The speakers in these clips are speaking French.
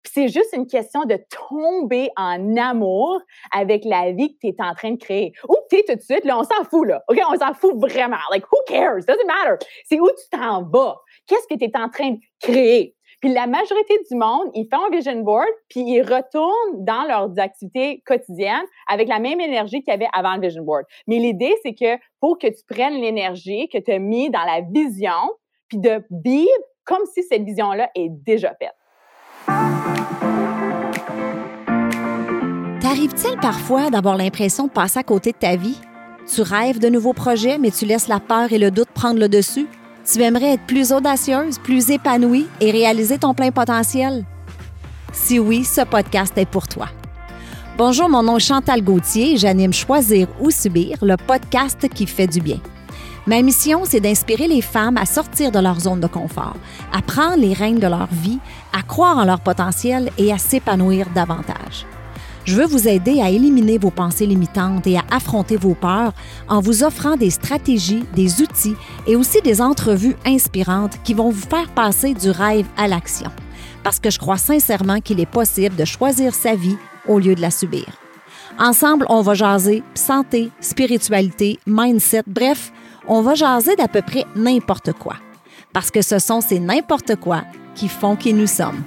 Puis c'est juste une question de tomber en amour avec la vie que tu es en train de créer. Où tu es tout de suite, là, on s'en fout, là. OK, on s'en fout vraiment. Like, who cares? Doesn't matter. C'est où tu t'en vas. Qu'est-ce que tu es en train de créer? Puis la majorité du monde, ils font un vision board, puis ils retournent dans leurs activités quotidiennes avec la même énergie qu'il y avait avant le vision board. Mais l'idée, c'est que faut que tu prennes l'énergie que tu as mis dans la vision, puis de vivre comme si cette vision-là est déjà faite. T'arrive-t-il parfois d'avoir l'impression de passer à côté de ta vie? Tu rêves de nouveaux projets, mais tu laisses la peur et le doute prendre le dessus? Tu aimerais être plus audacieuse, plus épanouie et réaliser ton plein potentiel? Si oui, ce podcast est pour toi. Bonjour, mon nom est Chantal Gauthier et j'anime Choisir ou subir, le podcast qui fait du bien. Ma mission, c'est d'inspirer les femmes à sortir de leur zone de confort, à prendre les rênes de leur vie, à croire en leur potentiel et à s'épanouir davantage. Je veux vous aider à éliminer vos pensées limitantes et à affronter vos peurs en vous offrant des stratégies, des outils et aussi des entrevues inspirantes qui vont vous faire passer du rêve à l'action. Parce que je crois sincèrement qu'il est possible de choisir sa vie au lieu de la subir. Ensemble, on va jaser santé, spiritualité, mindset, bref, on va jaser d'à peu près n'importe quoi. Parce que ce sont ces n'importe quoi qui font qui nous sommes.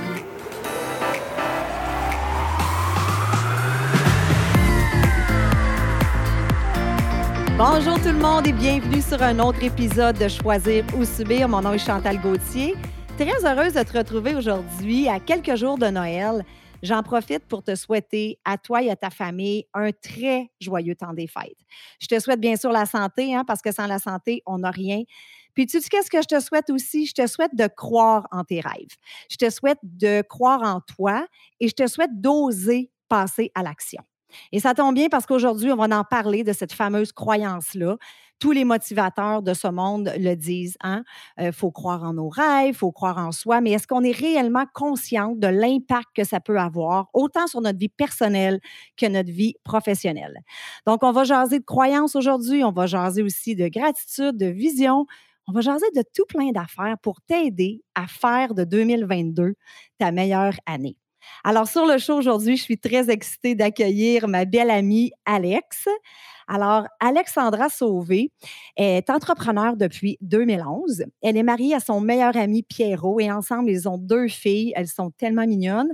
Bonjour tout le monde et bienvenue sur un autre épisode de Choisir ou subir. Mon nom est Chantal Gauthier. Très heureuse de te retrouver aujourd'hui à quelques jours de Noël. J'en profite pour te souhaiter à toi et à ta famille un très joyeux temps des fêtes. Je te souhaite bien sûr la santé, parce que sans la santé, on n'a rien. Puis tu sais qu'est-ce que je te souhaite aussi? Je te souhaite de croire en tes rêves. Je te souhaite de croire en toi et je te souhaite d'oser passer à l'action. Et ça tombe bien parce qu'aujourd'hui, on va en parler de cette fameuse croyance-là. Tous les motivateurs de ce monde le disent, faut croire en nos rêves, faut croire en soi, mais est-ce qu'on est réellement conscient de l'impact que ça peut avoir, autant sur notre vie personnelle que notre vie professionnelle? Donc, on va jaser de croyances aujourd'hui, on va jaser aussi de gratitude, de vision, on va jaser de tout plein d'affaires pour t'aider à faire de 2022 ta meilleure année. Alors, sur le show aujourd'hui, je suis très excitée d'accueillir ma belle amie Alex. Alors, Alexandra Sauvé est entrepreneure depuis 2011. Elle est mariée à son meilleur ami Pierrot et ensemble, ils ont 2 filles. Elles sont tellement mignonnes.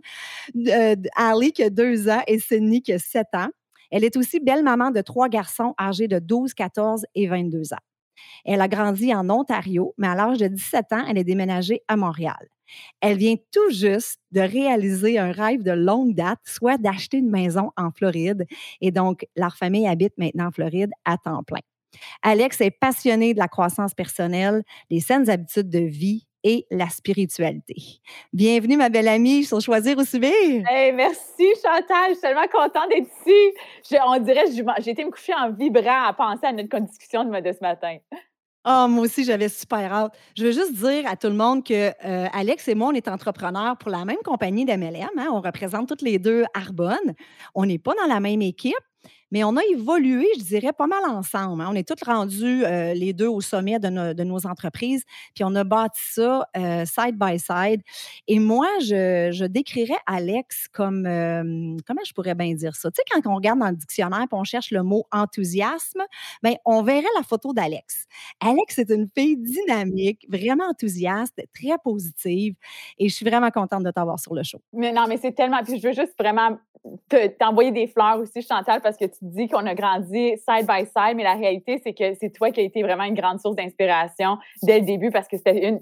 Ali qui a 2 ans et Sydney qui a 7 ans. Elle est aussi belle maman de 3 garçons âgés de 12, 14 et 22 ans. Elle a grandi en Ontario, mais à l'âge de 17 ans, elle est déménagée à Montréal. Elle vient tout juste de réaliser un rêve de longue date, soit d'acheter une maison en Floride. Et donc, leur famille habite maintenant en Floride à temps plein. Alex est passionnée de la croissance personnelle, les saines habitudes de vie et la spiritualité. Bienvenue, ma belle amie, sur Choisir ou subir. Hey, merci Chantal, je suis tellement contente d'être ici. On dirait que j'ai été me coucher en vibrant à penser à notre discussion de ce matin. Oh, moi aussi, j'avais super hâte. Je veux juste dire à tout le monde que Alex et moi, on est entrepreneurs pour la même compagnie d'MLM. On représente toutes les 2 Arbonne. On n'est pas dans la même équipe, mais on a évolué, je dirais, pas mal ensemble. On est tous rendus les 2 au sommet de nos entreprises, puis on a bâti ça side by side. Et moi, je décrirais Alex comme, comment je pourrais bien dire ça? Tu sais, quand on regarde dans le dictionnaire et on cherche le mot enthousiasme, bien, on verrait la photo d'Alex. Alex est une fille dynamique, vraiment enthousiaste, très positive et je suis vraiment contente de t'avoir sur le show. Mais non, mais c'est tellement... Puis je veux juste vraiment t'envoyer des fleurs aussi, Chantal, parce que tu dis qu'on a grandi side by side, mais la réalité, c'est que c'est toi qui as été vraiment une grande source d'inspiration dès le début parce que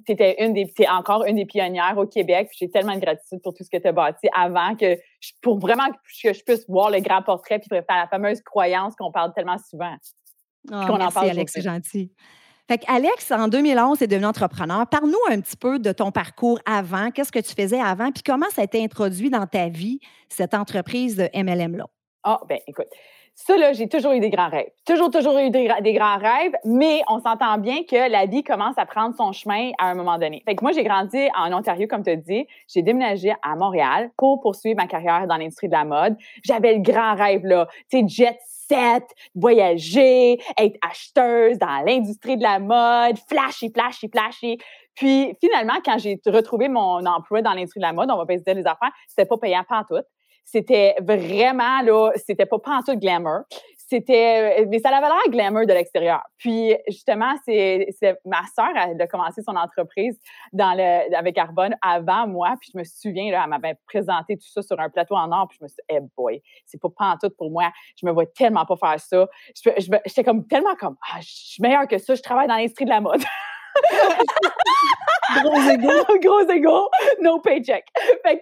t'es encore une des pionnières au Québec. J'ai tellement de gratitude pour tout ce que tu as bâti avant pour vraiment que je puisse voir le grand portrait puis faire la fameuse croyance qu'on parle tellement souvent. Oh, merci, Alex, c'est gentil. Fait qu'Alex, en 2011, est devenu entrepreneur. Parle-nous un petit peu de ton parcours avant. Qu'est-ce que tu faisais avant? Puis comment ça a été introduit dans ta vie, cette entreprise de MLM-là? Ah, bien, écoute, ça, là, j'ai toujours eu des grands rêves. Toujours eu des grands rêves, mais on s'entend bien que la vie commence à prendre son chemin à un moment donné. Fait que moi, j'ai grandi en Ontario, comme tu as dit. J'ai déménagé à Montréal pour poursuivre ma carrière dans l'industrie de la mode. J'avais le grand rêve, là, tu sais, jet set, voyager, être acheteuse dans l'industrie de la mode, flashy. Puis finalement, quand j'ai retrouvé mon emploi dans l'industrie de la mode, on va pas se dire les affaires, c'était pas payant pantoute. C'était vraiment, là, c'était pas pantoute glamour. Mais ça avait l'air glamour de l'extérieur. Puis, justement, c'est ma sœur, elle a commencé son entreprise avec Arbonne avant moi. Puis, je me souviens, là, elle m'avait présenté tout ça sur un plateau en or. Puis, je me suis dit, hey boy, c'est pas pantoute pour moi. Je me vois tellement pas faire ça. J'étais tellement comme, je suis meilleure que ça. Je travaille dans l'industrie de la mode. Gros égo, no paycheck. Fait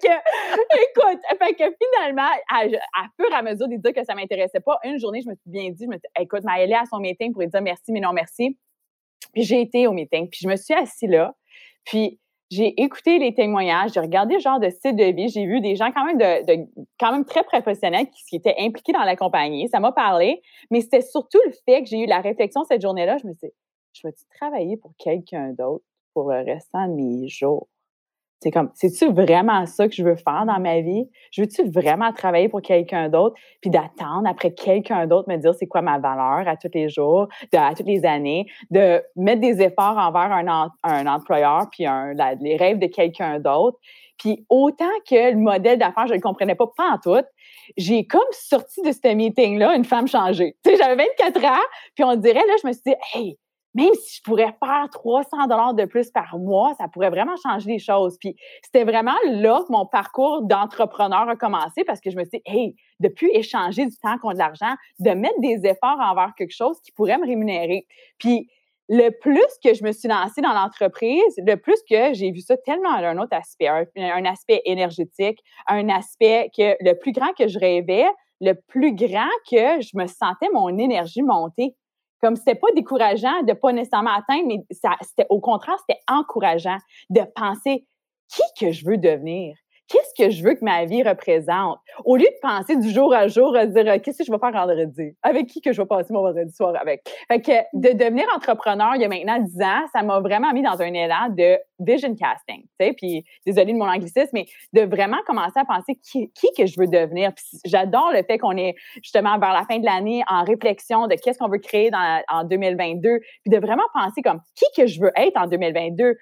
que finalement, à fur et à mesure de dire que ça m'intéressait pas, une journée, je me suis bien dit, écoute, Maëlle à son meeting pour lui dire merci, mais non merci. Puis j'ai été au meeting, puis je me suis assise là, puis j'ai écouté les témoignages, j'ai regardé le genre de style de vie, j'ai vu des gens quand même quand même très professionnels qui étaient impliqués dans la compagnie. Ça m'a parlé, mais c'était surtout le fait que j'ai eu la réflexion cette journée-là. Je me suis dit, je vais-tu travailler pour quelqu'un d'autre pour le restant de mes jours? C'est comme, c'est-tu vraiment ça que je veux faire dans ma vie? Je veux-tu vraiment travailler pour quelqu'un d'autre puis d'attendre après quelqu'un d'autre me dire c'est quoi ma valeur à tous les jours, à toutes les années, de mettre des efforts envers un employeur puis les rêves de quelqu'un d'autre. Puis autant que le modèle d'affaires, je ne le comprenais pas pantoute, j'ai comme sorti de ce meeting-là une femme changée. Tu sais, j'avais 24 ans, puis on dirait, là, je me suis dit, hey, même si je pourrais faire 300 $ de plus par mois, ça pourrait vraiment changer les choses. Puis c'était vraiment là que mon parcours d'entrepreneur a commencé parce que je me suis dit, hey, de plus échanger du temps contre de l'argent, de mettre des efforts envers quelque chose qui pourrait me rémunérer. Puis le plus que je me suis lancée dans l'entreprise, le plus que j'ai vu ça tellement à un autre aspect, un aspect énergétique, un aspect que le plus grand que je rêvais, le plus grand que je me sentais mon énergie monter. Comme c'était pas décourageant de pas nécessairement atteindre, mais c'était au contraire, c'était encourageant de penser qui que je veux devenir. Qu'est-ce que je veux que ma vie représente? Au lieu de penser du jour à jour, à dire qu'est-ce que je vais faire vendredi? Avec qui que je vais passer mon vendredi soir avec? Fait que de devenir entrepreneur il y a maintenant 10 ans, ça m'a vraiment mis dans un élan de vision casting. Tu sais, puis désolée de mon anglicisme, mais de vraiment commencer à penser qui que je veux devenir. Puis j'adore le fait qu'on est justement vers la fin de l'année en réflexion de qu'est-ce qu'on veut créer en 2022, puis de vraiment penser comme qui que je veux être en 2022.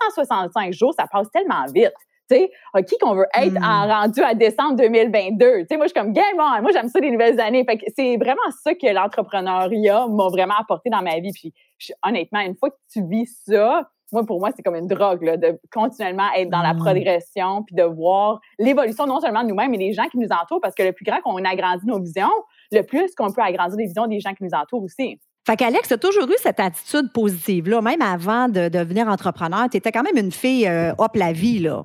365 jours, ça passe tellement vite. Tu sais, qui qu'on veut être rendu à décembre 2022. Tu sais, moi, je suis comme, game on! Moi, j'aime ça, les nouvelles années. Fait que c'est vraiment ça que l'entrepreneuriat m'a vraiment apporté dans ma vie. Puis, honnêtement, une fois que tu vis ça, pour moi, c'est comme une drogue, là, de continuellement être dans la progression puis de voir l'évolution non seulement de nous-mêmes, mais des gens qui nous entourent. Parce que le plus grand qu'on agrandit nos visions, le plus qu'on peut agrandir les visions des gens qui nous entourent aussi. Fait qu'Alex, tu as toujours eu cette attitude positive-là. Même avant de devenir entrepreneur, tu étais quand même une fille hop la vie, là.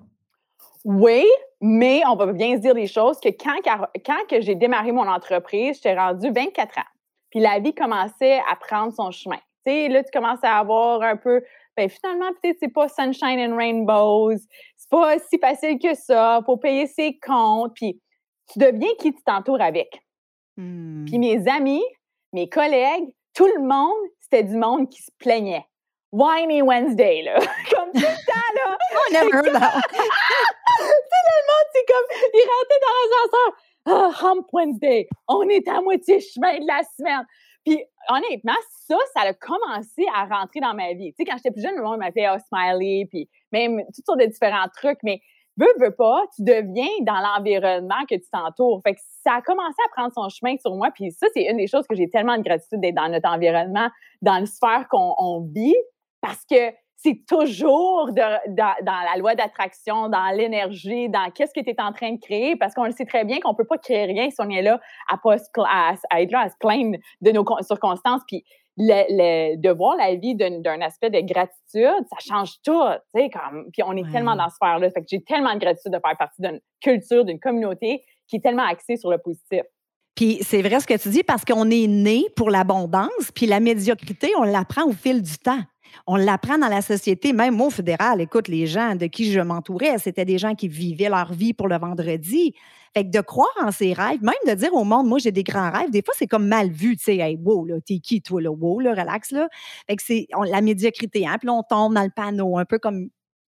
Oui, mais on va bien se dire des choses que quand que j'ai démarré mon entreprise, j'étais rendue 24 ans. Puis la vie commençait à prendre son chemin. Tu sais, là, tu commences à avoir un peu, finalement, peut-être c'est pas sunshine and rainbows, c'est pas si facile que ça, faut payer ses comptes, puis tu deviens qui tu t'entoures avec. Puis mes amis, mes collègues, tout le monde, c'était du monde qui se plaignait. Whiny Wednesday, là. Comme tout le temps, là. Oh, never that. Tout le monde, c'est comme, il rentrait dans l'ascenseur. Hump Wednesday. On est à moitié chemin de la semaine. Puis, honnêtement, ça a commencé à rentrer dans ma vie. Tu sais, quand j'étais plus jeune, le monde m'appelait Smiley, puis même toutes sortes de différents trucs, mais veux pas, tu deviens dans l'environnement que tu t'entoures. Fait que ça a commencé à prendre son chemin sur moi, puis ça, c'est une des choses que j'ai tellement de gratitude d'être dans notre environnement, dans le sphère qu'on vit, parce que c'est toujours dans la loi d'attraction, dans l'énergie, dans qu'est-ce que tu es en train de créer, parce qu'on le sait très bien qu'on peut pas créer rien si on est là à être là à se plaindre de nos circonstances. Puis de voir la vie d'un aspect de gratitude, ça change tout, tu sais, puis on est tellement dans ce sphère-là. Fait que j'ai tellement de gratitude de faire partie d'une culture, d'une communauté qui est tellement axée sur le positif. Puis c'est vrai ce que tu dis, parce qu'on est né pour l'abondance, puis la médiocrité, on l'apprend au fil du temps. On l'apprend dans la société, même moi, au fédéral. Écoute, les gens de qui je m'entourais, c'était des gens qui vivaient leur vie pour le vendredi. Fait que de croire en ses rêves, même de dire au monde, moi, j'ai des grands rêves, des fois, c'est comme mal vu, tu sais, hey, wow, là, t'es qui, toi, là, wow, là, relax, là. Fait que c'est la médiocrité, hein, puis là, on tombe dans le panneau, un peu comme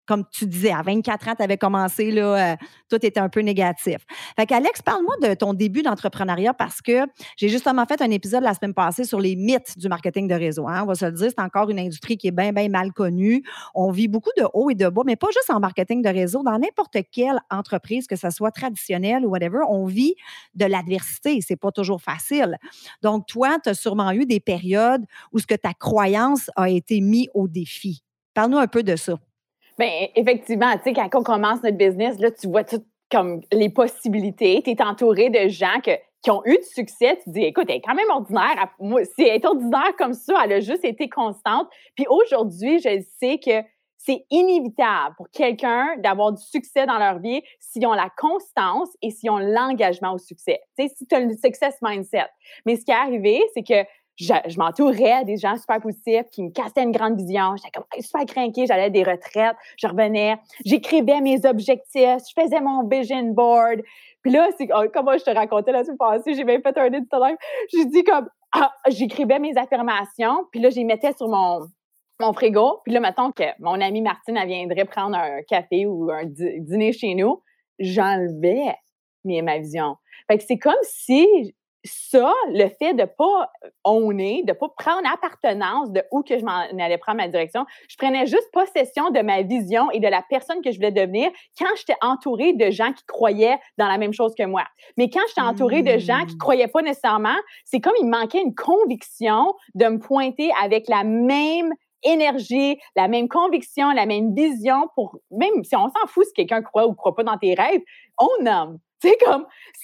comme tu disais, à 24 ans, tu avais commencé, là, tout était un peu négatif. Fait qu'Alex, parle-moi de ton début d'entrepreneuriat parce que j'ai justement fait un épisode la semaine passée sur les mythes du marketing de réseau. Hein? On va se le dire, c'est encore une industrie qui est bien, bien mal connue. On vit beaucoup de hauts et de bas, mais pas juste en marketing de réseau. Dans n'importe quelle entreprise, que ce soit traditionnelle ou whatever, on vit de l'adversité. C'est pas toujours facile. Donc, toi, tu as sûrement eu des périodes où ce que ta croyance a été mise au défi. Parle-nous un peu de ça. Bien, effectivement, tu sais, quand on commence notre business, là, tu vois tout comme les possibilités. Tu es entouré de gens qui ont eu du succès. Tu te dis, écoute, elle est quand même ordinaire. Moi, si elle est ordinaire comme ça, elle a juste été constante. Puis aujourd'hui, je sais que c'est inévitable pour quelqu'un d'avoir du succès dans leur vie s'ils ont la constance et s'ils ont l'engagement au succès. Tu sais, si tu as le success mindset. Mais ce qui est arrivé, c'est que je m'entourais des gens super positifs qui me cassaient une grande vision. J'étais comme super craquée, j'allais à des retraites, je revenais, j'écrivais mes objectifs, je faisais mon vision board. Puis là, c'est comme moi je te racontais la semaine passée, j'ai même fait un edit live. J'ai dit comme, j'écrivais mes affirmations, puis là, je les mettais sur mon frigo. Puis là, mettons que mon amie Martine, elle viendrait prendre un café ou un dîner chez nous, j'enlevais ma vision. Fait que c'est comme si ça, le fait de pas owner, de pas prendre appartenance de où que je m'en allais prendre ma direction, je prenais juste possession de ma vision et de la personne que je voulais devenir quand j'étais entourée de gens qui croyaient dans la même chose que moi. Mais quand j'étais entourée de gens qui croyaient pas nécessairement, c'est comme il me manquait une conviction de me pointer avec la même énergie, la même conviction, la même vision pour, même si on s'en fout si quelqu'un croit ou croit pas dans tes rêves, on nomme. Tu sais, comme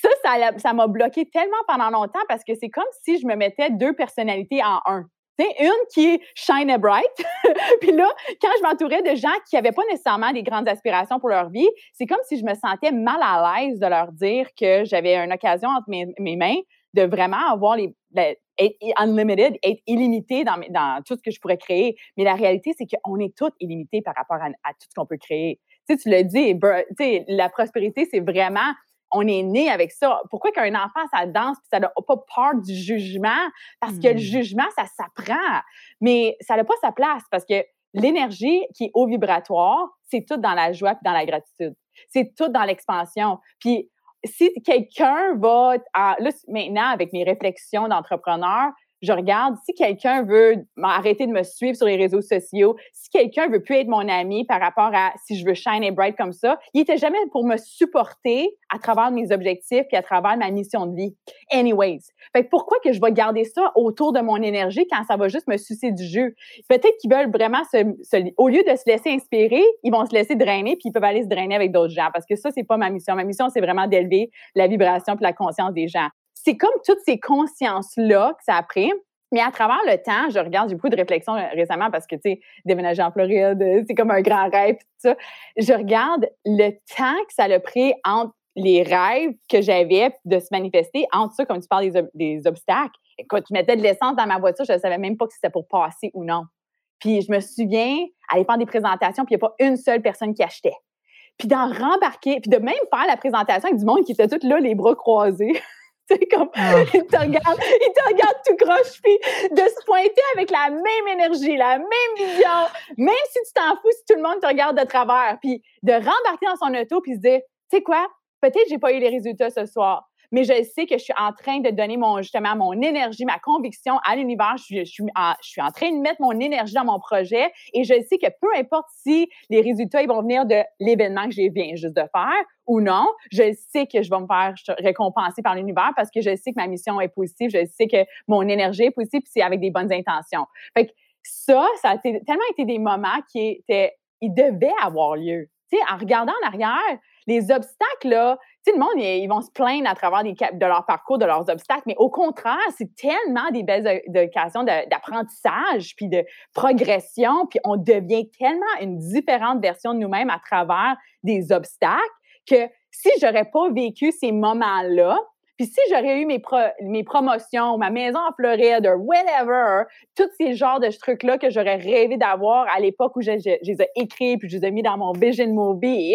ça m'a bloqué tellement pendant longtemps parce que c'est comme si je me mettais deux personnalités en un. Tu sais, une qui shine bright, puis là, quand je m'entourais de gens qui n'avaient pas nécessairement des grandes aspirations pour leur vie, c'est comme si je me sentais mal à l'aise de leur dire que j'avais une occasion entre mes mains de vraiment avoir être unlimited, être illimité dans tout ce que je pourrais créer. Mais la réalité, c'est qu'on est tous illimités par rapport à tout ce qu'on peut créer. Tu sais, tu l'as dit, tu sais, la prospérité, c'est vraiment, on est né avec ça. Pourquoi qu'un enfant, ça danse puis ça n'a pas peur du jugement? Parce que le jugement, ça s'apprend. Mais ça n'a pas sa place parce que l'énergie qui est haut vibratoire, c'est tout dans la joie puis dans la gratitude. C'est tout dans l'expansion. Puis, si quelqu'un va, là, maintenant, avec mes réflexions d'entrepreneur, je regarde, si quelqu'un veut arrêter de me suivre sur les réseaux sociaux, si quelqu'un veut plus être mon ami par rapport à si je veux shine et bright comme ça, il était jamais pour me supporter à travers mes objectifs puis à travers ma mission de vie. Anyways. Fait que pourquoi que je vais garder ça autour de mon énergie quand ça va juste me sucer du jus? Peut-être qu'ils veulent vraiment au lieu de se laisser inspirer, ils vont se laisser drainer puis ils peuvent aller se drainer avec d'autres gens parce que ça, c'est pas ma mission. Ma mission, c'est vraiment d'élever la vibration puis la conscience des gens. C'est comme toutes ces consciences-là que ça a pris. Mais à travers le temps, je regarde, j'ai beaucoup de réflexions récemment parce que, tu sais, déménager en Floride, c'est comme un grand rêve, tout ça. Je regarde le temps que ça a pris entre les rêves que j'avais de se manifester, entre ça, comme tu parles des obstacles. Écoute, je mettais de l'essence dans ma voiture, je ne savais même pas si c'était pour passer ou non. Puis je me souviens aller faire des présentations, puis il n'y a pas une seule personne qui achetait. Puis d'en rembarquer, puis de même faire la présentation avec du monde qui était tout là, les bras croisés. Tu sais, comme, il te regarde tout croche, puis de se pointer avec la même énergie, la même vision, même si tu t'en fous, si tout le monde te regarde de travers, puis de rembarquer dans son auto, puis se dire, tu sais quoi, peut-être j'ai pas eu les résultats ce soir, mais je sais que je suis en train de donner justement mon énergie, ma conviction à l'univers. Je suis en train de mettre mon énergie dans mon projet et je sais que peu importe si les résultats ils vont venir de l'événement que je viens juste de faire ou non, je sais que je vais me faire récompenser par l'univers parce que je sais que ma mission est positive, je sais que mon énergie est positive puis c'est avec des bonnes intentions. Fait que ça a tellement été des moments ils devaient avoir lieu. Tu sais, en regardant en arrière, les obstacles, là, tu sais, le monde, ils vont se plaindre à travers de leur parcours, de leurs obstacles, mais au contraire, c'est tellement des belles occasions d'apprentissage puis de progression, puis on devient tellement une différente version de nous-mêmes à travers des obstacles que si j'aurais pas vécu ces moments-là, puis si j'aurais eu mes promotions, ma maison en Floride, whatever, tous ces genres de trucs-là que j'aurais rêvé d'avoir à l'époque où je les ai écrits puis je les ai mis dans mon vision movie,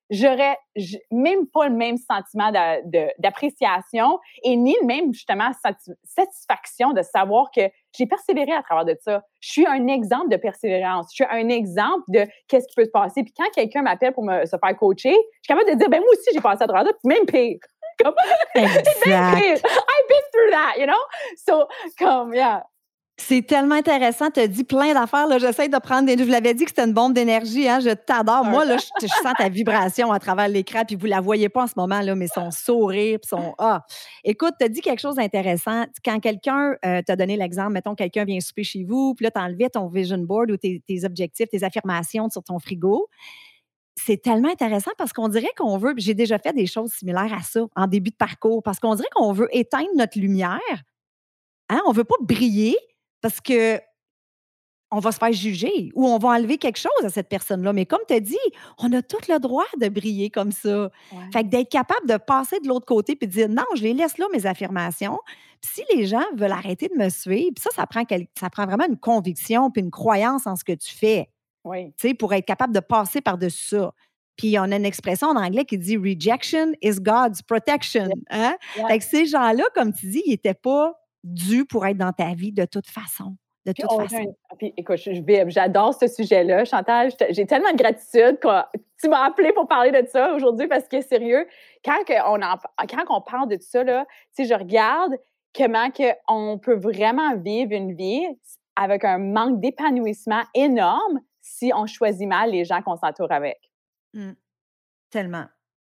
même pas le même sentiment d'appréciation et ni le même, justement, satisfaction de savoir que j'ai persévéré à travers de ça. Je suis un exemple de persévérance. Je suis un exemple de qu'est-ce qui peut se passer. Puis quand quelqu'un m'appelle pour se faire coacher, je suis capable de dire, ben moi aussi, j'ai passé à travers ça, puis même pire. Comme, c'est même pire. I've been through that, you know? So, yeah. C'est tellement intéressant. Tu as dit plein d'affaires. Là. J'essaie de prendre des... Je vous l'avais dit que c'était une bombe d'énergie. Hein? Je t'adore. Moi, là, je sens ta vibration à travers l'écran. Puis vous ne la voyez pas en ce moment, là, mais son sourire. Puis son... Écoute, tu as dit quelque chose d'intéressant. Quand quelqu'un t'a donné l'exemple, mettons, quelqu'un vient souper chez vous, puis là, tu enlevais ton vision board ou tes objectifs, tes affirmations sur ton frigo. C'est tellement intéressant parce qu'on dirait qu'on veut... J'ai déjà fait des choses similaires à ça en début de parcours parce qu'on dirait qu'on veut éteindre notre lumière. Hein? On ne veut pas briller. Parce que on va se faire juger ou on va enlever quelque chose à cette personne-là. Mais comme tu as dit, on a tout le droit de briller comme ça. Ouais. Fait que d'être capable de passer de l'autre côté puis de dire non, je les laisse là, mes affirmations. Puis si les gens veulent arrêter de me suivre, puis ça prend vraiment une conviction puis une croyance en ce que tu fais. Oui. Tu sais, pour être capable de passer par-dessus ça. Puis on a une expression en anglais qui dit rejection is God's protection. Hein? Yeah. Fait que ces gens-là, comme tu dis, ils n'étaient pas dû pour être dans ta vie de toute façon. De toute façon. Puis, écoute, j'adore ce sujet-là, Chantal. J'ai tellement de gratitude que tu m'as appelé pour parler de ça aujourd'hui parce que, sérieux, quand on parle de ça, là, je regarde comment on peut vraiment vivre une vie avec un manque d'épanouissement énorme si on choisit mal les gens qu'on s'entoure avec. Tellement.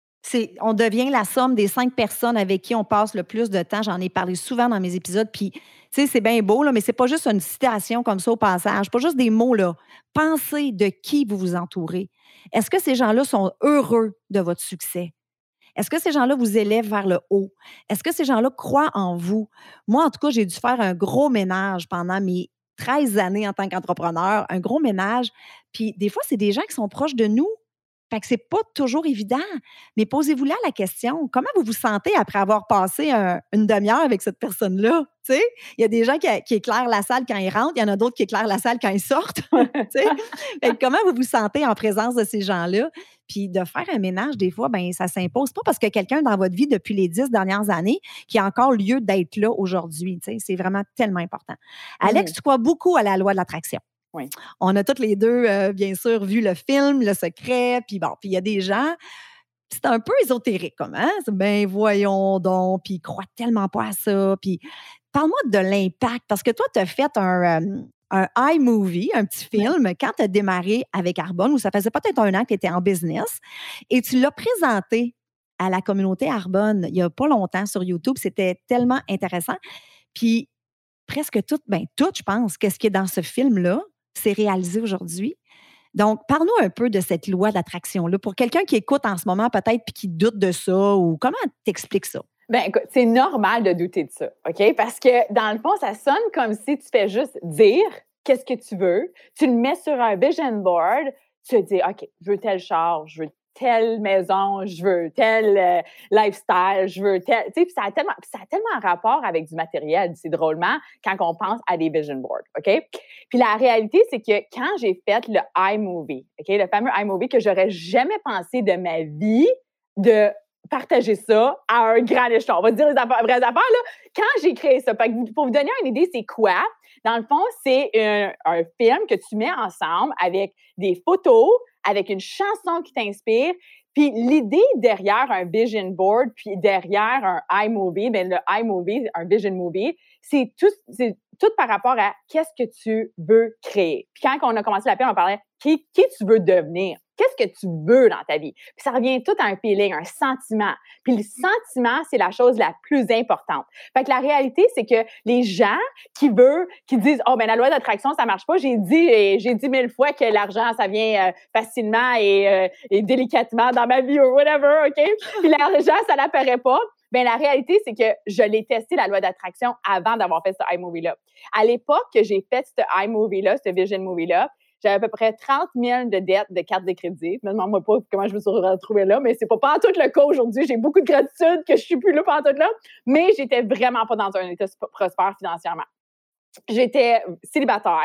On devient la somme des 5 personnes avec qui on passe le plus de temps. J'en ai parlé souvent dans mes épisodes. Puis, tu sais, c'est bien beau, là, mais c'est pas juste une citation comme ça au passage. Pas juste des mots, là. Pensez de qui vous vous entourez. Est-ce que ces gens-là sont heureux de votre succès? Est-ce que ces gens-là vous élèvent vers le haut? Est-ce que ces gens-là croient en vous? Moi, en tout cas, j'ai dû faire un gros ménage pendant mes 13 années en tant qu'entrepreneur. Un gros ménage. Puis, des fois, c'est des gens qui sont proches de nous. Fait que c'est pas toujours évident. Mais posez-vous là la question, comment vous vous sentez après avoir passé une demi-heure avec cette personne-là? Tu sais, il y a des gens qui éclairent la salle quand ils rentrent, il y en a d'autres qui éclairent la salle quand ils sortent. Tu sais? Fait que comment vous vous sentez en présence de ces gens-là? Puis de faire un ménage, des fois, ben ça s'impose pas parce que quelqu'un dans votre vie depuis les 10 dernières années qui a encore lieu d'être là aujourd'hui. Tu sais, c'est vraiment tellement important. Alex, tu crois beaucoup à la loi de l'attraction. Oui. On a toutes les deux, bien sûr, vu le film, Le Secret, puis bon, puis il y a des gens, c'est un peu ésotérique, comme, hein? Ben voyons donc, puis ils croient tellement pas à ça, puis parle-moi de l'impact, parce que toi, tu as fait un iMovie, un petit film, quand tu as démarré avec Arbonne, où ça faisait peut-être un an que tu étais en business, et tu l'as présenté à la communauté Arbonne il y a pas longtemps sur YouTube. C'était tellement intéressant. Puis presque tout, je pense, qu'est-ce qui est dans ce film-là, c'est réalisé aujourd'hui. Donc, parle-nous un peu de cette loi d'attraction-là pour quelqu'un qui écoute en ce moment peut-être puis qui doute de ça ou comment t'expliques ça? Ben écoute, c'est normal de douter de ça, OK? Parce que dans le fond, ça sonne comme si tu fais juste dire qu'est-ce que tu veux, tu le mets sur un vision board, tu te dis, OK, je veux tel char, je veux telle maison, je veux tel lifestyle, je veux tel... Tu sais, ça a tellement rapport avec du matériel, c'est drôlement, quand on pense à des vision boards, OK? Puis la réalité, c'est que quand j'ai fait le iMovie, OK, le fameux iMovie que j'aurais jamais pensé de ma vie de partager ça à un grand échelon. On va dire les vraies affaires, là. Quand j'ai créé ça, pour vous donner une idée, c'est quoi? Dans le fond, c'est un film que tu mets ensemble avec des photos, avec une chanson qui t'inspire. Puis l'idée derrière un vision board, puis derrière un iMovie, bien le iMovie, un vision movie, c'est tout par rapport à qu'est-ce que tu veux créer. Puis quand on a commencé l'appel, on parlait qui tu veux devenir. Qu'est-ce que tu veux dans ta vie? Puis ça revient tout à un feeling, un sentiment. Puis le sentiment, c'est la chose la plus importante. Fait que la réalité, c'est que les gens qui disent, oh, ben la loi d'attraction, ça marche pas. J'ai dit 1000 fois que l'argent, ça vient facilement et délicatement dans ma vie ou whatever, OK? Puis l'argent, ça n'apparaît pas. Ben la réalité, c'est que je l'ai testé, la loi d'attraction, avant d'avoir fait ce iMovie-là. À l'époque que j'ai fait ce iMovie-là, ce Vision Movie-là, j'avais à peu près 30 000 de dettes de cartes de crédit. Je ne me demande pas comment je me suis retrouvée là, mais c'est pas tout le cas aujourd'hui. J'ai beaucoup de gratitude que je suis plus là tout là, mais j'étais vraiment pas dans un état prospère financièrement. J'étais célibataire,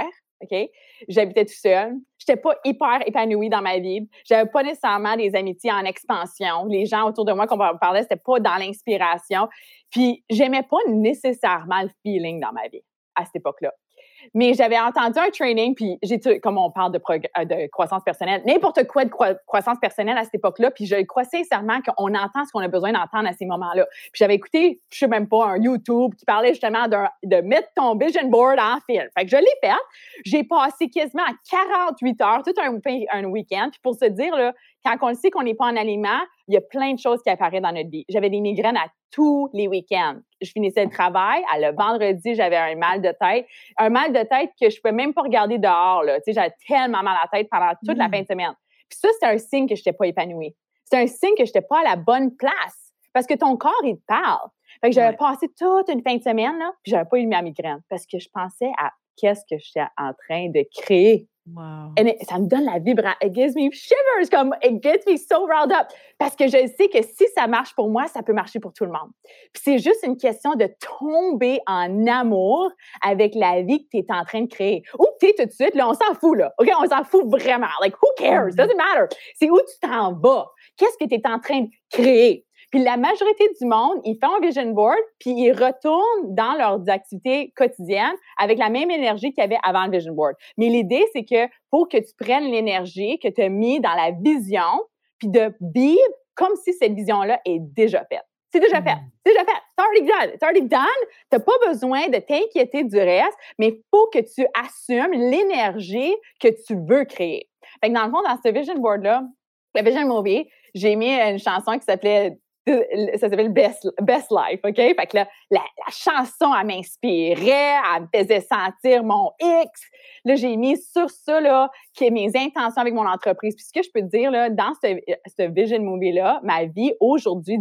OK? J'habitais tout seul. J'étais pas hyper épanouie dans ma vie. J'avais pas nécessairement des amitiés en expansion. Les gens autour de moi qu'on parlait, c'était pas dans l'inspiration. Puis, j'aimais pas nécessairement le feeling dans ma vie à cette époque-là. Mais j'avais entendu un training, puis comme on parle de croissance personnelle, n'importe quoi de croissance personnelle à cette époque-là, puis je crois sincèrement qu'on entend ce qu'on a besoin d'entendre à ces moments-là. Puis j'avais écouté, je sais même pas, un YouTube qui parlait justement de mettre ton vision board en film. Fait que je l'ai fait. J'ai passé quasiment 48 heures, tout un week-end. Puis pour se dire, là, quand on le sait qu'on n'est pas en alignement, il y a plein de choses qui apparaissent dans notre vie. J'avais des migraines à tous les week-ends. Je finissais le travail. Le vendredi, j'avais un mal de tête. Un mal de tête que je ne pouvais même pas regarder dehors. Là. Tu sais, j'avais tellement mal à la tête pendant toute la fin de semaine. Puis ça, c'était un signe que je n'étais pas épanouie. C'était un signe que je n'étais pas à la bonne place. Parce que ton corps, il te parle. Fait que j'avais passé toute une fin de semaine, là, puis j'avais pas eu ma migraine. Parce que je pensais à qu'est-ce que j'étais en train de créer. Wow. Et ça me donne la vibration. It gives me shivers, comme it gets me so riled up. Parce que je sais que si ça marche pour moi, ça peut marcher pour tout le monde. Puis c'est juste une question de tomber en amour avec la vie que tu es en train de créer. Où tu es tout de suite, là, on s'en fout, là. OK? On s'en fout vraiment. Like, who cares? Doesn't matter. C'est où tu t'en vas. Qu'est-ce que tu es en train de créer? Puis la majorité du monde, ils font un vision board, puis ils retournent dans leurs activités quotidiennes avec la même énergie qu'il y avait avant le vision board. Mais l'idée, c'est que faut que tu prennes l'énergie que tu as mis dans la vision, puis de vivre comme si cette vision-là est déjà faite. C'est déjà fait. C'est déjà fait. C'est already done. It's already done. Tu n'as pas besoin de t'inquiéter du reste, mais il faut que tu assumes l'énergie que tu veux créer. Fait que dans le fond, dans ce vision board-là, le vision movie, j'ai mis une chanson qui s'appelait ça s'appelle Best Life, OK? Fait que là, la chanson, elle m'inspirait, elle me faisait sentir mon X. Là, j'ai mis sur ça, là, que mes intentions avec mon entreprise. Puis ce que je peux te dire, là, dans ce vision movie-là, ma vie, aujourd'hui,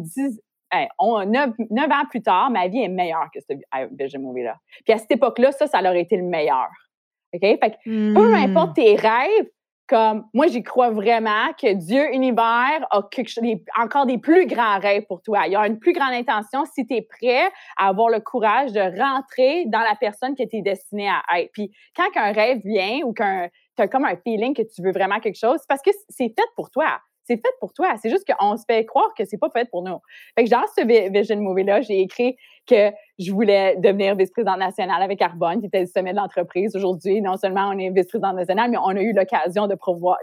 9 ans plus tard, ma vie est meilleure que ce vision movie-là. Puis à cette époque-là, ça aurait été le meilleur. OK? Fait que peu importe tes rêves, comme moi, j'y crois vraiment que Dieu, univers, a encore des plus grands rêves pour toi. Il y a une plus grande intention si tu es prêt à avoir le courage de rentrer dans la personne que tu es destinée à être. Puis quand un rêve vient ou tu as comme un feeling que tu veux vraiment quelque chose, c'est parce que c'est fait pour toi. C'est fait pour toi. C'est juste qu'on se fait croire que c'est pas fait pour nous. Fait que dans ce vision movie-là, j'ai écrit que je voulais devenir vice-présidente nationale avec Arbonne, qui était le sommet de l'entreprise. Aujourd'hui, non seulement on est vice-présidente nationale, mais on a eu l'occasion de promouvoir,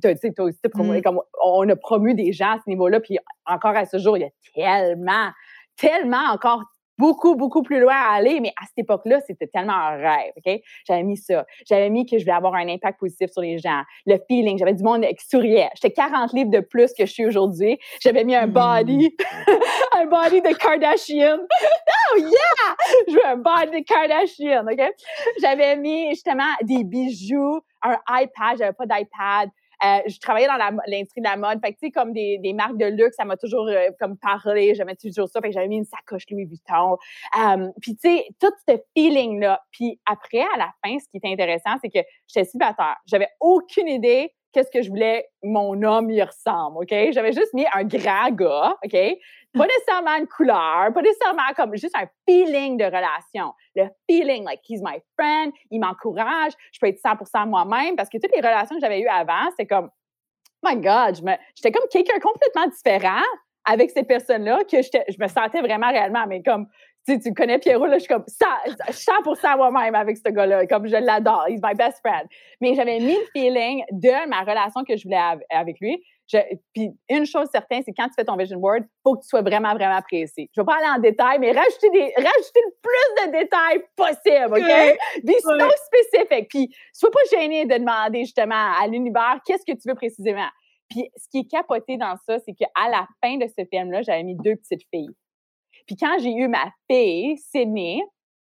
comme on a promu des gens à ce niveau-là. Puis encore à ce jour, il y a tellement encore beaucoup, beaucoup plus loin à aller, mais à cette époque-là, c'était tellement un rêve, OK? J'avais mis ça. J'avais mis que je voulais avoir un impact positif sur les gens. Le feeling, j'avais du monde qui souriait. J'étais 40 livres de plus que je suis aujourd'hui. J'avais mis un body, un body de Kardashian. Oh yeah! Je veux un body de Kardashian, OK? J'avais mis justement des bijoux, un iPad. J'avais pas d'iPad. Je travaillais dans l'industrie de la mode. Fait que, tu sais, comme des marques de luxe, ça m'a toujours comme parlé. J'aimais toujours ça. Fait que j'avais mis une sacoche Louis Vuitton. Puis, tu sais, tout ce feeling-là. Puis après, à la fin, ce qui est intéressant, c'est que j'étais célibataire. J'avais aucune idée qu'est-ce que je voulais mon homme y ressemble, OK? J'avais juste mis un grand gars, OK? Pas nécessairement une couleur, pas nécessairement comme juste un feeling de relation. Le feeling, like, he's my friend, il m'encourage, je peux être 100% moi-même parce que toutes les relations que j'avais eues avant, c'est comme, oh my God, j'étais comme quelqu'un complètement différent avec ces personnes-là que je me sentais vraiment réellement, mais comme, tu connais Pierrot, là, je suis comme 100% moi-même avec ce gars-là, comme je l'adore, he's my best friend. Mais j'avais mis le feeling de ma relation que je voulais avec lui. Puis une chose certaine, c'est quand tu fais ton vision board, il faut que tu sois vraiment, vraiment précis. Je ne vais pas aller en détail, mais rajouter le plus de détails possible, OK? Be so specific. Puis sois pas gêné de demander justement à l'univers qu'est-ce que tu veux précisément. Puis ce qui est capoté dans ça, c'est qu'à la fin de ce film-là, j'avais mis 2 petites filles. Puis quand j'ai eu ma fille, Sydney,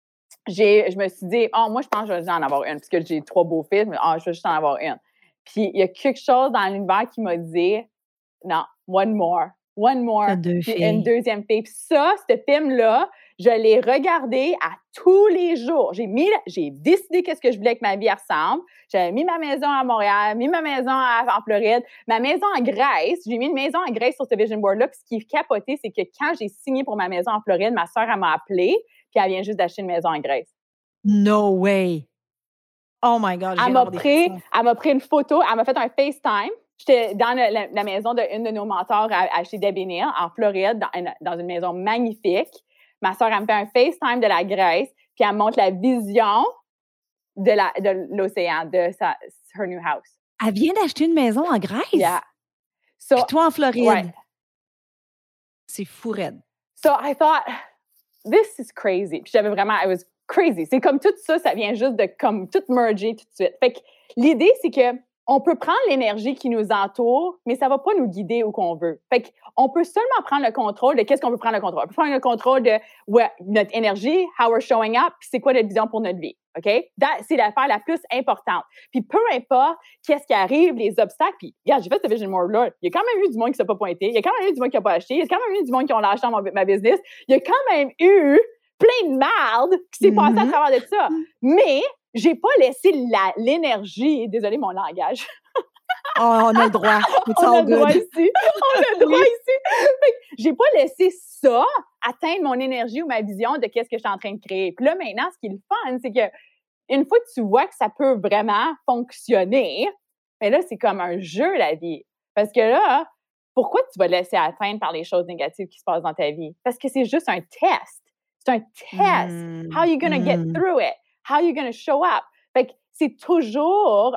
je me suis dit, oh, moi, je pense que je vais juste en avoir une, parce que j'ai 3 beaux fils, mais je vais juste en avoir une. Puis il y a quelque chose dans l'univers qui m'a dit, non, one more, puis une deuxième fille. Puis ça, ce film-là, je l'ai regardé à tous les jours. J'ai décidé qu'est-ce que je voulais que ma vie ressemble. J'avais mis ma maison à Montréal, mis ma maison en Floride, ma maison en Grèce. J'ai mis une maison en Grèce sur ce vision board-là. Puis ce qui est capoté, c'est que quand j'ai signé pour ma maison en Floride, ma soeur, elle m'a appelée, puis elle vient juste d'acheter une maison en Grèce. No way! Oh my God, elle m'a pris une photo, elle m'a fait un FaceTime. J'étais dans la maison d'une de nos mentors chez Debbie Neal, en Floride, dans une maison magnifique. Ma soeur, elle me fait un FaceTime de la Grèce, puis elle me montre la vision de l'océan, de her new house. Elle vient d'acheter une maison en Grèce? Yeah. Puis toi en Floride? Ouais. C'est fou raide. So I thought, this is crazy. Puis j'avais vraiment, it was crazy. C'est comme tout ça, ça vient juste de comme tout merger tout de suite. Fait que l'idée, c'est que on peut prendre l'énergie qui nous entoure, mais ça va pas nous guider où qu'on veut. Fait qu'on peut seulement prendre le contrôle de qu'est-ce qu'on peut prendre le contrôle. On peut prendre le contrôle de notre énergie, how we're showing up, puis c'est quoi notre vision pour notre vie. OK? C'est l'affaire la plus importante. Puis peu importe qu'est-ce qui arrive, les obstacles, puis regarde, j'ai fait ce vision board-là. Il y a quand même eu du monde qui ne s'est pas pointé. Il y a quand même eu du monde qui n'a pas acheté. Il y a quand même eu du monde qui ont lâché dans ma business. Il y a quand même eu plein de merde qui s'est passé à travers de ça. Mais j'ai pas laissé l'énergie, désolé mon langage. Oh, on a le droit. On a le droit ici. On a le droit ici. J'ai pas laissé ça atteindre mon énergie ou ma vision de qu'est-ce que je suis en train de créer. Puis là, maintenant, ce qui est le fun, c'est que une fois que tu vois que ça peut vraiment fonctionner, bien là, c'est comme un jeu, la vie. Parce que là, pourquoi tu vas te laisser atteindre par les choses négatives qui se passent dans ta vie? Parce que c'est juste un test. C'est un test. How are you going to get through it? How are you going to show up? Fait que c'est toujours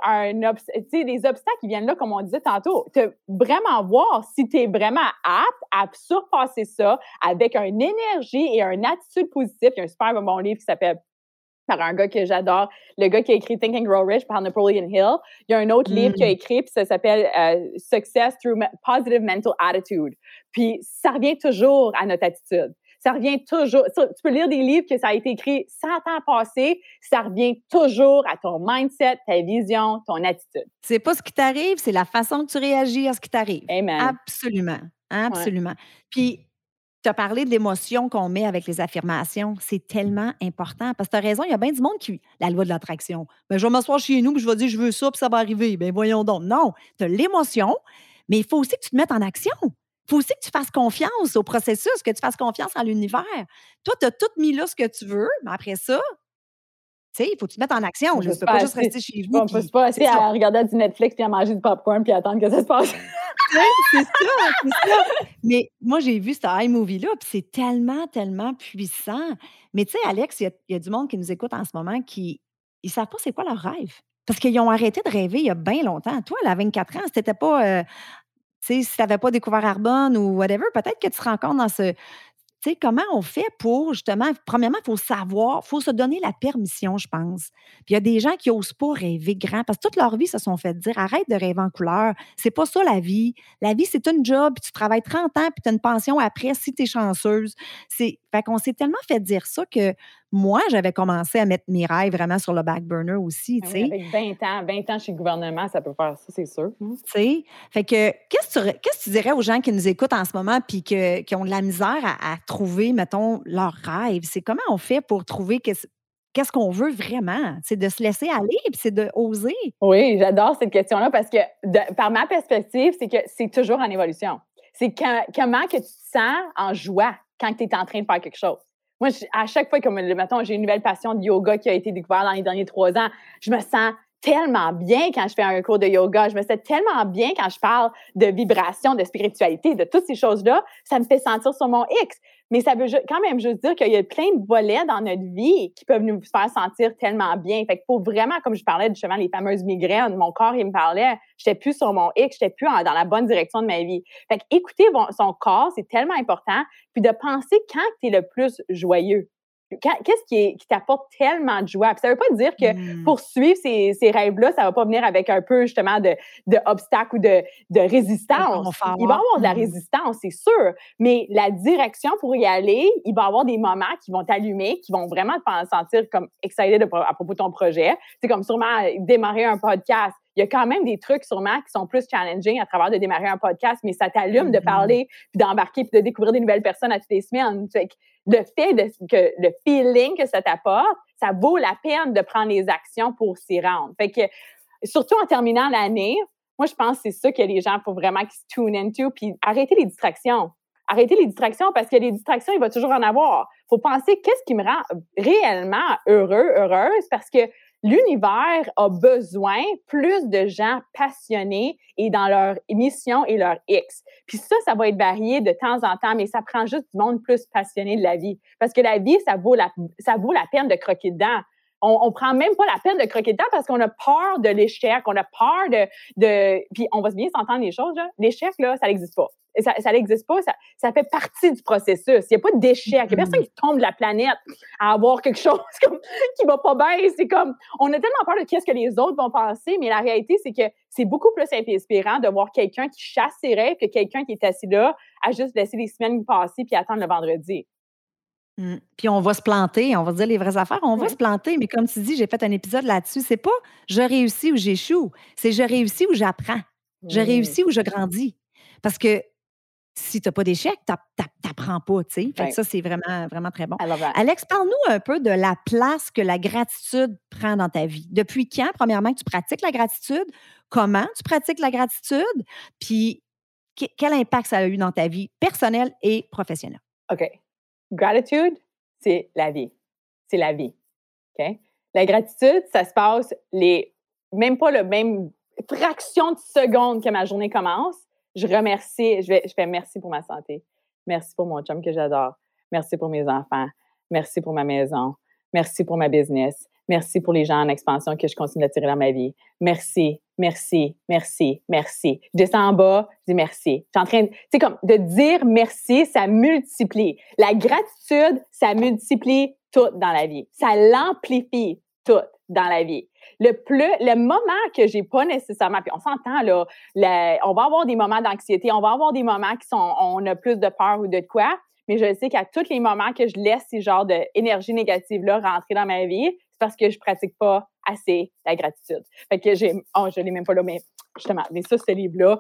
des obstacles qui viennent là, comme on disait tantôt. De vraiment voir si tu es vraiment apte à surpasser ça avec une énergie et une attitude positive. Il y a un super bon livre qui s'appelle, par un gars que j'adore, le gars qui a écrit Think and Grow Rich par Napoleon Hill. Il y a un autre livre qu'il a écrit, puis ça s'appelle Success through Positive Mental Attitude. Puis ça revient toujours à notre attitude. Ça revient toujours. Tu peux lire des livres que ça a été écrit 100 ans passés, ça revient toujours à ton mindset, ta vision, ton attitude. C'est pas ce qui t'arrive, c'est la façon que tu réagis à ce qui t'arrive. Amen. Absolument. Absolument. Ouais. Puis, tu as parlé de l'émotion qu'on met avec les affirmations. C'est tellement important. Parce que tu as raison, il y a bien du monde qui... La loi de l'attraction. Ben, je vais m'asseoir chez nous, puis je vais dire, je veux ça, puis ça va arriver. Ben voyons donc. Non, tu as l'émotion, mais il faut aussi que tu te mettes en action. Il faut aussi que tu fasses confiance au processus, que tu fasses confiance en l'univers. Toi, tu as tout mis là ce que tu veux, mais après ça, tu sais, il faut que tu te mettes en action. Je ne peux pas juste rester chez vous. On ne peut pas rester à regarder du Netflix puis à manger du popcorn puis attendre que ça se passe. C'est ça. Mais moi, j'ai vu ce iMovie-là, puis c'est tellement, tellement puissant. Mais tu sais, Alex, il y a du monde qui nous écoute en ce moment qui ne savent pas c'est quoi leur rêve. Parce qu'ils ont arrêté de rêver il y a bien longtemps. Toi, à 24 ans, si tu n'étais pas... tu sais, si tu n'avais pas découvert Arbonne ou whatever, peut-être que tu te rends compte dans ce... Tu sais, comment on fait pour, justement, premièrement, il faut savoir, il faut se donner la permission, je pense. Puis il y a des gens qui n'osent pas rêver grand parce que toute leur vie se sont fait dire, arrête de rêver en couleur. C'est pas ça la vie. La vie, c'est une job, puis tu travailles 30 ans, puis tu as une pension après si tu es chanceuse. Fait qu'on s'est tellement fait dire ça que moi, j'avais commencé à mettre mes rêves vraiment sur le back burner aussi, tu sais. Oui, avec 20 ans chez le gouvernement, ça peut faire ça, c'est sûr. Tu sais, fait que qu'est-ce que tu dirais aux gens qui nous écoutent en ce moment puis qui ont de la misère à trouver, mettons, leur rêve? C'est comment on fait pour trouver qu'est-ce qu'on veut vraiment? C'est de se laisser aller puis c'est de oser. Oui, j'adore cette question-là parce que, par ma perspective, c'est que c'est toujours en évolution. C'est comment que tu te sens en joie quand tu es en train de faire quelque chose. Moi, à chaque fois que, mettons, j'ai une nouvelle passion de yoga qui a été découverte dans les derniers 3 ans, je me sens tellement bien quand je fais un cours de yoga. Je me sens tellement bien quand je parle de vibration, de spiritualité, de toutes ces choses-là. Ça me fait sentir sur mon X. Mais ça veut quand même juste dire qu'il y a plein de volets dans notre vie qui peuvent nous faire sentir tellement bien. Fait qu'il faut vraiment, comme je parlais justement, les fameuses migraines, mon corps, il me parlait, j'étais plus sur mon X, j'étais plus dans la bonne direction de ma vie. Fait qu'écouter son corps, c'est tellement important. Puis de penser quand tu es le plus joyeux. Qu'est-ce qui t'apporte tellement de joie? Puis ça veut pas dire que pour suivre ces rêves-là, ça va pas venir avec un peu, justement, de obstacles ou de résistance. Il va y avoir de la résistance, c'est sûr. Mais la direction pour y aller, il va y avoir des moments qui vont t'allumer, qui vont vraiment te sentir comme excited à propos de ton projet. C'est comme sûrement démarrer un podcast. Il y a quand même des trucs sûrement qui sont plus challenging à travers de démarrer un podcast, mais ça t'allume de parler, puis d'embarquer, puis de découvrir des nouvelles personnes à toutes les semaines. Fait que le feeling que ça t'apporte, ça vaut la peine de prendre les actions pour s'y rendre. Fait que, surtout en terminant l'année, moi, je pense que c'est ça que les gens, il faut vraiment qu'ils se tune into, puis arrêter les distractions. Arrêter les distractions parce que les distractions, il va toujours en avoir. Il faut penser qu'est-ce qui me rend réellement heureuse parce que l'univers a besoin plus de gens passionnés et dans leur mission et leur X. Puis ça va être varié de temps en temps, mais ça prend juste du monde plus passionné de la vie. Parce que la vie, ça vaut la peine de croquer dedans. On prend même pas la peine de croquer dedans parce qu'on a peur de l'échec, on a peur de puis on va bien s'entendre les choses, là. L'échec, là, ça n'existe pas. Ça n'existe pas, ça fait partie du processus. Il n'y a pas d'échec. Il n'y a personne qui tombe de la planète à avoir quelque chose comme, qui va pas bien. C'est comme, on a tellement peur de qu'est-ce que les autres vont penser, mais la réalité, c'est que c'est beaucoup plus inspirant de voir quelqu'un qui chasse ses rêves que quelqu'un qui est assis là à juste laisser les semaines passer puis attendre le vendredi. Puis on va se planter, on va dire les vraies affaires, on va se planter, mais comme tu dis, j'ai fait un épisode là-dessus, c'est pas je réussis ou j'échoue, c'est je réussis ou j'apprends, je réussis ou je grandis. Parce que si tu n'as pas d'échec, tu n'apprends pas, tu sais. Fait que ça, c'est vraiment, vraiment très bon. Alex, parle-nous un peu de la place que la gratitude prend dans ta vie. Depuis quand, premièrement, que tu pratiques la gratitude? Comment tu pratiques la gratitude? Puis quel impact ça a eu dans ta vie personnelle et professionnelle? OK. Gratitude, c'est la vie. C'est la vie. OK? La gratitude, ça se passe même pas le même fraction de seconde que ma journée commence. Je fais merci pour ma santé. Merci pour mon chum que j'adore. Merci pour mes enfants. Merci pour ma maison. Merci pour ma business. Merci pour les gens en expansion que je continue d'attirer dans ma vie. Merci, merci, merci, merci. Je descends en bas, je dis merci. Je suis en train comme de dire merci, ça multiplie. La gratitude, ça multiplie tout dans la vie. Ça l'amplifie tout dans la vie. Le moment que j'ai pas nécessairement, puis on s'entend là, on va avoir des moments d'anxiété, on va avoir des moments on a plus de peur ou de quoi, mais je sais qu'à tous les moments que je laisse ces genres d'énergie négative-là rentrer dans ma vie, c'est parce que je pratique pas assez la gratitude. Fait que je l'ai même pas là, mais justement, mais ça, ce livre-là,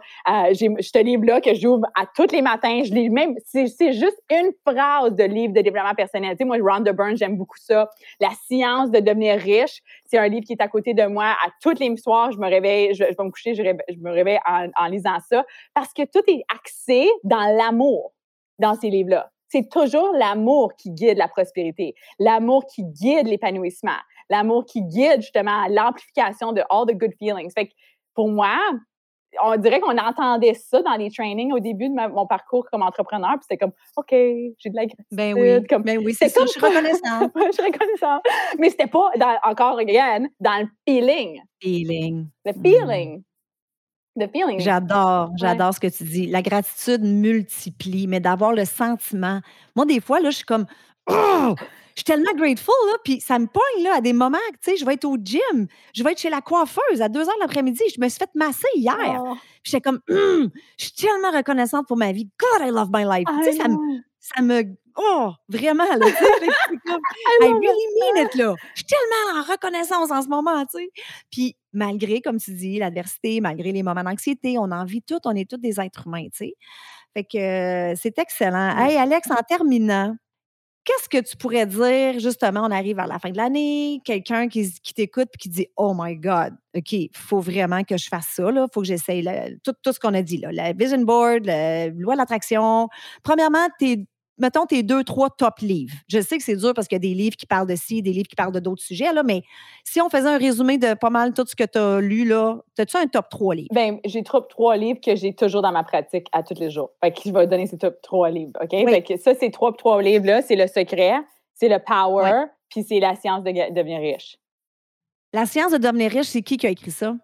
ce livre-là que j'ouvre à tous les matins, je lis même, c'est juste une phrase de livre de développement personnel. Tu sais, moi, Rhonda Byrne, j'aime beaucoup ça. La science de devenir riche, c'est un livre qui est à côté de moi. À tous les soirs, je me réveille, je vais me coucher, je me réveille en lisant ça, parce que tout est axé dans l'amour, dans ces livres-là. C'est toujours l'amour qui guide la prospérité, l'amour qui guide l'épanouissement, l'amour qui guide justement l'amplification de all the good feelings. Fait que pour moi, on dirait qu'on entendait ça dans les trainings au début de mon parcours comme entrepreneur, puis c'était comme, OK, j'ai de la gratitude. Ben oui, c'est ça, je suis reconnaissante. Je suis reconnaissante. Mais c'était pas, encore again, dans le feeling. Le feeling. The feeling. J'adore ce que tu dis. La gratitude multiplie, mais d'avoir le sentiment. Moi, des fois, là, je suis comme, oh! Je suis tellement grateful, là, puis ça me pogne, là, à des moments, tu sais, je vais être au gym, je vais être chez la coiffeuse à 2h de l'après-midi, je me suis fait masser hier. Puis j'étais comme, je suis tellement reconnaissante pour ma vie. God, I love my life. Tu sais, ça me, vraiment, là, tu sais, c'est comme, I really mean it, là. Je suis tellement en reconnaissance en ce moment, tu sais. Puis malgré, comme tu dis, l'adversité, malgré les moments d'anxiété, on en vit tout, on est tous des êtres humains, tu sais. Fait que c'est excellent. Hey, Alex, en terminant, qu'est-ce que tu pourrais dire, justement, on arrive à la fin de l'année, quelqu'un qui t'écoute et qui dit « Oh my God, OK, il faut vraiment que je fasse ça, il faut que j'essaye tout ce qu'on a dit, là, la vision board, la loi de l'attraction. » Premièrement, mettons tes 2-3 top livres. Je sais que c'est dur parce qu'il y a des livres qui parlent de ci, des livres qui parlent de d'autres sujets, là, mais si on faisait un résumé de pas mal tout ce que tu as lu, là, as-tu un top 3 livres? Bien, j'ai top 3 livres que j'ai toujours dans ma pratique à tous les jours. Fait que je vais donner ces top 3 livres, OK? Oui. Fait que ça, ces 3 livres-là, c'est Le Secret, c'est Le Power, puis c'est La science de devenir riche. La science de devenir riche, c'est qui a écrit ça?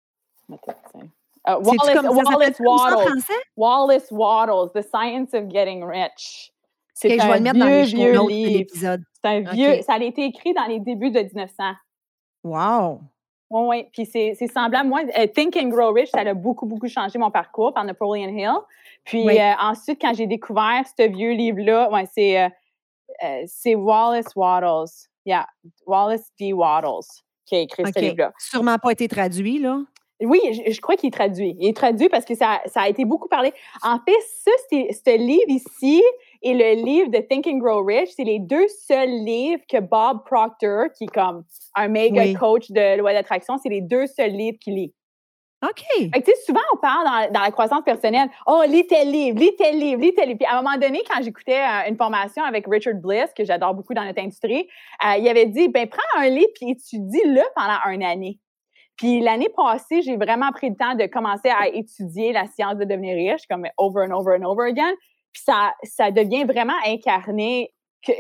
Wallace Wattles, The Science of Getting Rich. C'est un vieux livre. C'est un vieux. Ça a été écrit dans les débuts de 1900. Wow! Oui. Puis c'est semblable. Moi, Think and Grow Rich, ça a beaucoup, beaucoup changé mon parcours par Napoleon Hill. Puis ensuite, quand j'ai découvert ce vieux livre-là, c'est Wallace Wattles. Yeah, Wallace D. Wattles qui a écrit ce livre-là. Sûrement pas été traduit, là. Oui, je crois qu'il est traduit. Il est traduit parce que ça a été beaucoup parlé. En fait, ce livre ici et le livre de Think and Grow Rich, c'est les 2 seuls livres que Bob Proctor, qui est comme un méga coach de loi d'attraction, c'est les 2 seuls livres qu'il lit. OK. Fait que, tu sais, souvent, on parle dans la croissance personnelle, « Oh, lis tel livre, lis tel livre, lis tel livre. » Puis à un moment donné, quand j'écoutais une formation avec Richard Bliss, que j'adore beaucoup dans notre industrie, il avait dit, « Ben, prends un livre puis étudie-le pendant une année. » Puis l'année passée, j'ai vraiment pris le temps de commencer à étudier la science de devenir riche, comme over and over and over again. Puis ça devient vraiment incarné que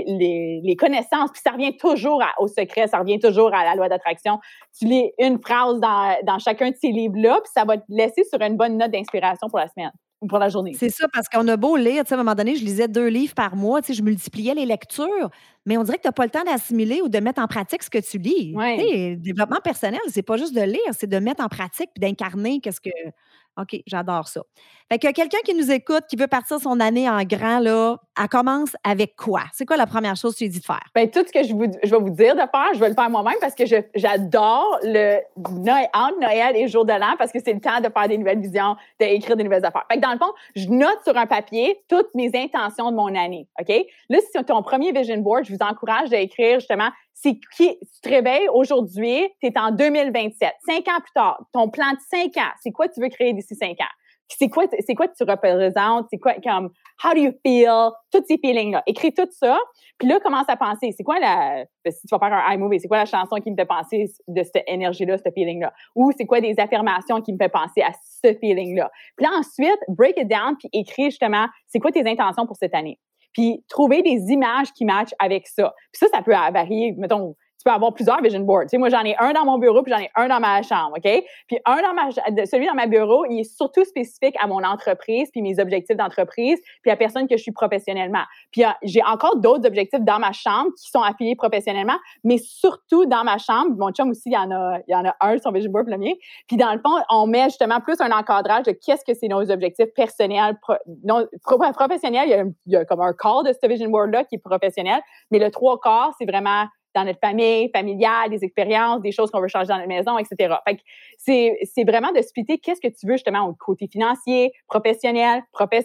les connaissances, puis ça revient toujours au secret, ça revient toujours à la loi d'attraction. Tu lis une phrase dans chacun de ces livres-là, puis ça va te laisser sur une bonne note d'inspiration pour la semaine ou pour la journée. C'est ça, parce qu'on a beau lire, tu sais, à un moment donné, je lisais 2 livres par mois, tu sais, je multipliais les lectures, mais on dirait que tu n'as pas le temps d'assimiler ou de mettre en pratique ce que tu lis. Ouais. Tu sais, le développement personnel, c'est pas juste de lire, c'est de mettre en pratique puis d'incarner qu'est-ce que. OK, j'adore ça. Fait que quelqu'un qui nous écoute, qui veut partir son année en grand, là, elle commence avec quoi? C'est quoi la première chose que tu lui dis de faire? Ben, tout ce que je vais vous dire de faire, je vais le faire moi-même parce que j'adore le entre Noël et jour de l'an parce que c'est le temps de faire des nouvelles visions, d'écrire des nouvelles affaires. Fait que dans le fond, je note sur un papier toutes mes intentions de mon année, OK? Là, si c'est ton premier vision board, je vous encourage d'écrire justement tu te réveilles aujourd'hui, tu es en 2027, 5 ans plus tard, ton plan de 5 ans, c'est quoi tu veux créer d'ici 5 ans? C'est quoi tu représentes? C'est quoi comme how do you feel? Tous ces feelings-là. Écris tout ça. Puis là, commence à penser. C'est quoi si tu vas faire un iMovie, c'est quoi la chanson qui me fait penser de cette énergie-là, ce feeling-là? Ou c'est quoi des affirmations qui me fait penser à ce feeling-là? Puis là, ensuite, break it down puis écris justement, c'est quoi tes intentions pour cette année? Puis trouver des images qui matchent avec ça. Puis ça peut varier. Mettons, tu peux avoir plusieurs vision boards. Tu sais, moi, j'en ai un dans mon bureau puis j'en ai un dans ma chambre, OK? Puis celui dans ma bureau, il est surtout spécifique à mon entreprise puis mes objectifs d'entreprise puis la personne que je suis professionnellement. Puis j'ai encore d'autres objectifs dans ma chambre qui sont affiliés professionnellement, mais surtout dans ma chambre. Mon chum aussi, il y en a un, son vision board, le mien. Puis dans le fond, on met justement plus un encadrage de qu'est-ce que c'est nos objectifs personnels, professionnels. Il y a comme un quart de ce vision board-là qui est professionnel, mais le 3/4, c'est vraiment dans notre famille, familiale, des expériences, des choses qu'on veut changer dans notre maison, etc. Fait que c'est vraiment de splitter qu'est-ce que tu veux justement au côté financier, professionnel,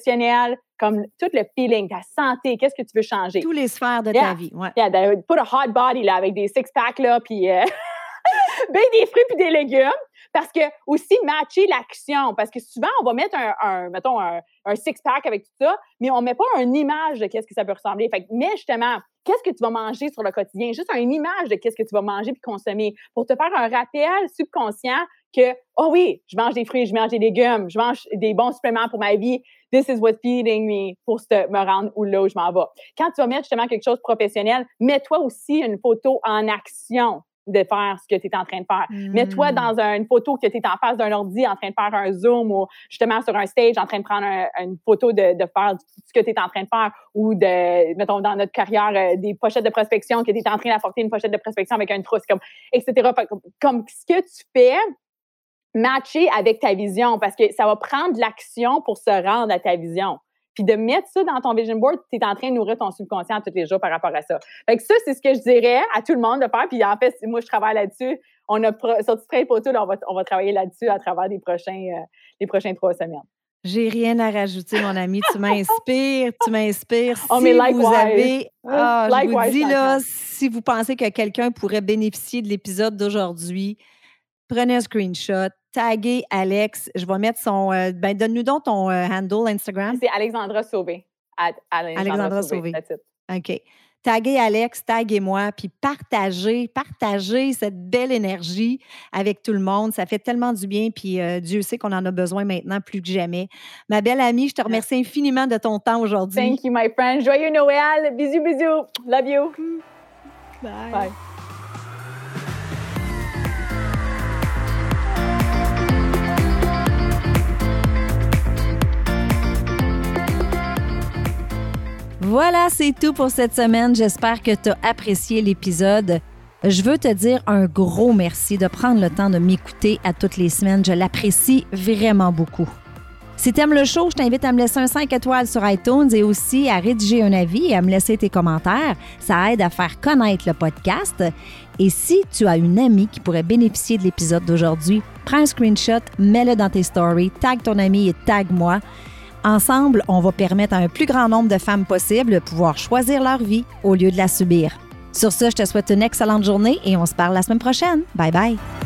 comme tout le feeling, ta santé, qu'est-ce que tu veux changer. Tous les sphères de ta vie, ouais. Yeah, put a hot body, là, avec des six-packs, là, puis ben des fruits puis des légumes. Parce que aussi matcher l'action. Parce que souvent, on va mettre un six-pack avec tout ça, mais on met pas une image de qu'est-ce que ça peut ressembler. Fait que, mais justement, qu'est-ce que tu vas manger sur le quotidien? Juste une image de qu'est-ce que tu vas manger puis consommer pour te faire un rappel subconscient que, oh oui, je mange des fruits, je mange des légumes, je mange des bons suppléments pour ma vie. This is what's feeding me pour me rendre où là où je m'en vais. Quand tu vas mettre justement quelque chose de professionnel, mets-toi aussi une photo en action de faire ce que tu es en train de faire. Mets-toi dans une photo que tu es en face d'un ordi en train de faire un Zoom ou justement sur un stage en train de prendre une photo de faire ce que tu es en train de faire ou mettons, dans notre carrière, des pochettes de prospection que tu es en train d'apporter une pochette de prospection avec une trousse, etc. Comme ce que tu fais, matcher avec ta vision parce que ça va prendre de l'action pour se rendre à ta vision. Puis de mettre ça dans ton vision board, tu es en train de nourrir ton subconscient tous les jours par rapport à ça. Fait que ça, c'est ce que je dirais à tout le monde de faire. Puis en fait, moi, je travaille là-dessus. On a sorti Train Poteau, là, on va travailler là-dessus à travers les prochaines 3 semaines. J'ai rien à rajouter, mon ami. Tu m'inspires. Oh, mais likewise. Vous avez... je vous dis, là, likewise. si vous pensez que quelqu'un pourrait bénéficier de l'épisode d'aujourd'hui, prenez un screenshot, taguez Alex. Je vais mettre son... donne-nous donc ton handle Instagram. C'est Alexandra Sauvé. Alexandra Sauvé. That's it. OK. Taguez Alex, taguez-moi, puis partagez cette belle énergie avec tout le monde. Ça fait tellement du bien, puis Dieu sait qu'on en a besoin maintenant plus que jamais. Ma belle amie, je te remercie infiniment de ton temps aujourd'hui. Thank you, my friend. Joyeux Noël. Bisous, bisous. Love you. Bye. Bye. Voilà, c'est tout pour cette semaine. J'espère que tu as apprécié l'épisode. Je veux te dire un gros merci de prendre le temps de m'écouter à toutes les semaines. Je l'apprécie vraiment beaucoup. Si tu aimes le show, je t'invite à me laisser un 5 étoiles sur iTunes et aussi à rédiger un avis et à me laisser tes commentaires. Ça aide à faire connaître le podcast. Et si tu as une amie qui pourrait bénéficier de l'épisode d'aujourd'hui, prends un screenshot, mets-le dans tes stories, tag ton ami et tag moi. Ensemble, on va permettre à un plus grand nombre de femmes possible de pouvoir choisir leur vie au lieu de la subir. Sur ce, je te souhaite une excellente journée et on se parle la semaine prochaine. Bye bye!